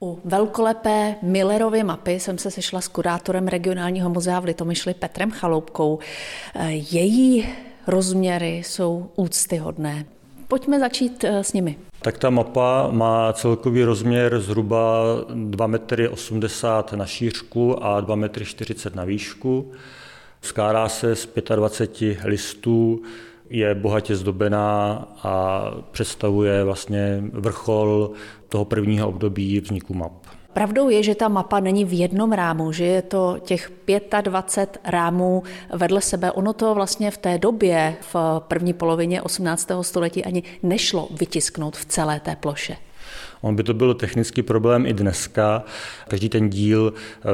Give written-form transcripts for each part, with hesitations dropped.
U velkolepé Millerovy mapy jsem se sešla s kurátorem regionálního muzea v Litomyšli Petrem Chaloupkou. Její rozměry jsou úctyhodné. Pojďme začít s nimi. Tak ta mapa má celkový rozměr zhruba 2,80 m na šířku a 2,40 m na výšku. Skládá se z 25 listů, je bohatě zdobená a představuje vlastně vrchol toho prvního období vzniku map. Pravdou je, že ta mapa není v jednom rámu, že je to těch 25 rámů vedle sebe. Ono to vlastně v té době, v první polovině 18. století, ani nešlo vytisknout v celé té ploše. On by to byl technický problém i dneska. Každý ten díl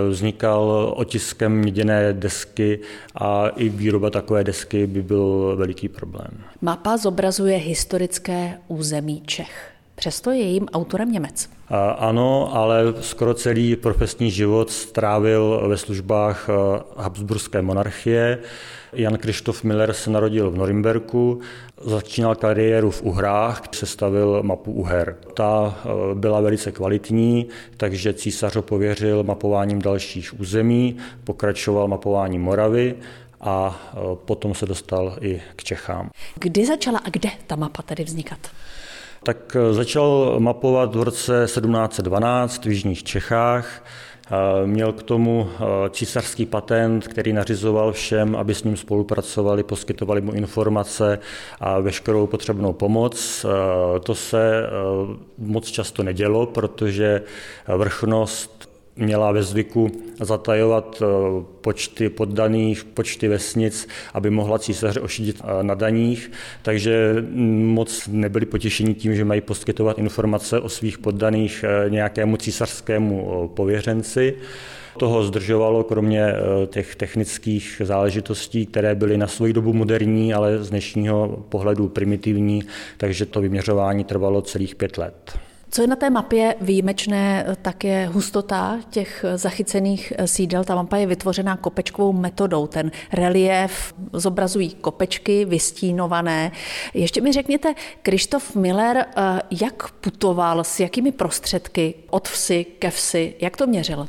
vznikal otiskem měděné desky a i výroba takové desky by byl veliký problém. Mapa zobrazuje historické území Čech. Přesto je jejím autorem Němec. Ano, ale skoro celý profesní život strávil ve službách habsburské monarchie. Jan Kryštof Miller se narodil v Norimberku, začínal kariéru v Uhrách, sestavil mapu Uher. Ta byla velice kvalitní, takže císař ho pověřil mapováním dalších území, pokračoval mapováním Moravy a potom se dostal i k Čechám. Kdy začala a kde ta mapa tedy vznikat? Tak začal mapovat v roce 1712 v jižních Čechách. Měl k tomu císařský patent, který nařizoval všem, aby s ním spolupracovali, poskytovali mu informace a veškerou potřebnou pomoc. To se moc často nedělo, protože vrchnost měla ve zvyku zatajovat počty poddaných, počty vesnic, aby mohla císaře ošidit na daních, takže moc nebyli potěšení tím, že mají poskytovat informace o svých poddaných nějakému císařskému pověřenci. Toho zdržovalo kromě těch technických záležitostí, které byly na svou dobu moderní, ale z dnešního pohledu primitivní, takže to vyměřování trvalo celých 5 let. Co je na té mapě výjimečné, tak je hustota těch zachycených sídel. Ta mapa je vytvořená kopečkovou metodou. Ten relief zobrazují kopečky vystínované. Ještě mi řekněte, Kryštof Miller, jak putoval, s jakými prostředky od vsi ke vsi, jak to měřil?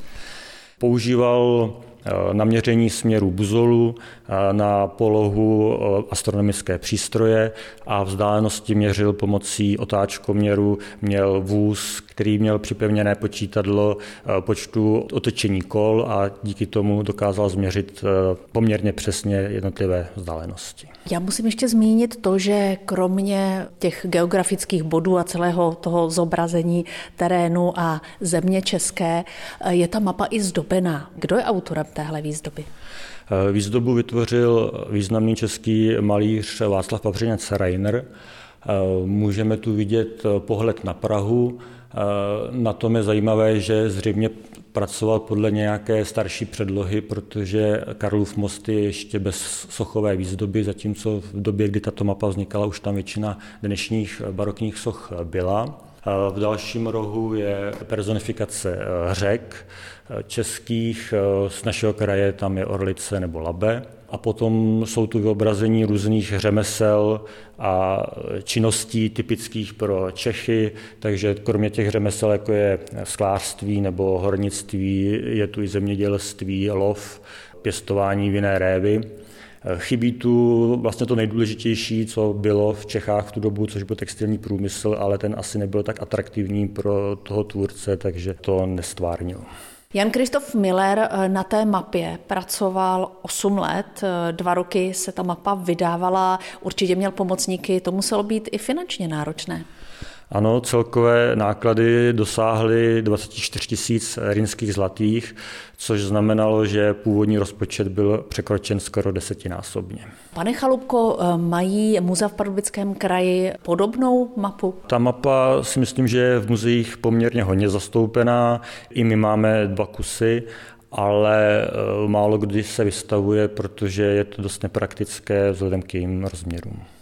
Používal na měření směru buzolu, na polohu astronomické přístroje a vzdálenosti měřil pomocí otáčkoměru, měl vůz, který měl připevněné počítadlo počtu otočení kol a díky tomu dokázal změřit poměrně přesně jednotlivé vzdálenosti. Já musím ještě zmínit to, že kromě těch geografických bodů a celého toho zobrazení terénu a země české je ta mapa i zdobená. Kdo je autorem téhle výzdoby? Výzdobu vytvořil významný český malíř Václav Pavřinec Reiner. Můžeme tu vidět pohled na Prahu. Na tom je zajímavé, že zřejmě pracoval podle nějaké starší předlohy, protože Karlův most je ještě bez sochové výzdoby, zatímco v době, kdy tato mapa vznikala, už tam většina dnešních barokních soch byla. V dalším rohu je personifikace řek českých, z našeho kraje tam je Orlice nebo Labe. A potom jsou tu vyobrazení různých řemesel a činností typických pro Čechy, takže kromě těch řemesel, jako je sklářství nebo hornictví, je tu i zemědělství, lov, pěstování vinné révy. Chybí tu vlastně to nejdůležitější, co bylo v Čechách v tu dobu, což byl textilní průmysl, ale ten asi nebyl tak atraktivní pro toho tvůrce, takže to nestvárnil. Jan Kryštof Miller na té mapě pracoval 8 let, 2 roky se ta mapa vydávala, určitě měl pomocníky, to muselo být i finančně náročné. Ano, celkové náklady dosáhly 24 000 rýnských zlatých, což znamenalo, že původní rozpočet byl překročen skoro 10násobně. Pane Chaloupko, mají muzea v Pardubickém kraji podobnou mapu? Ta mapa si myslím, že je v muzeích poměrně hodně zastoupená. I my máme 2 kusy, ale málo kdy se vystavuje, protože je to dost nepraktické vzhledem k jejím rozměrům.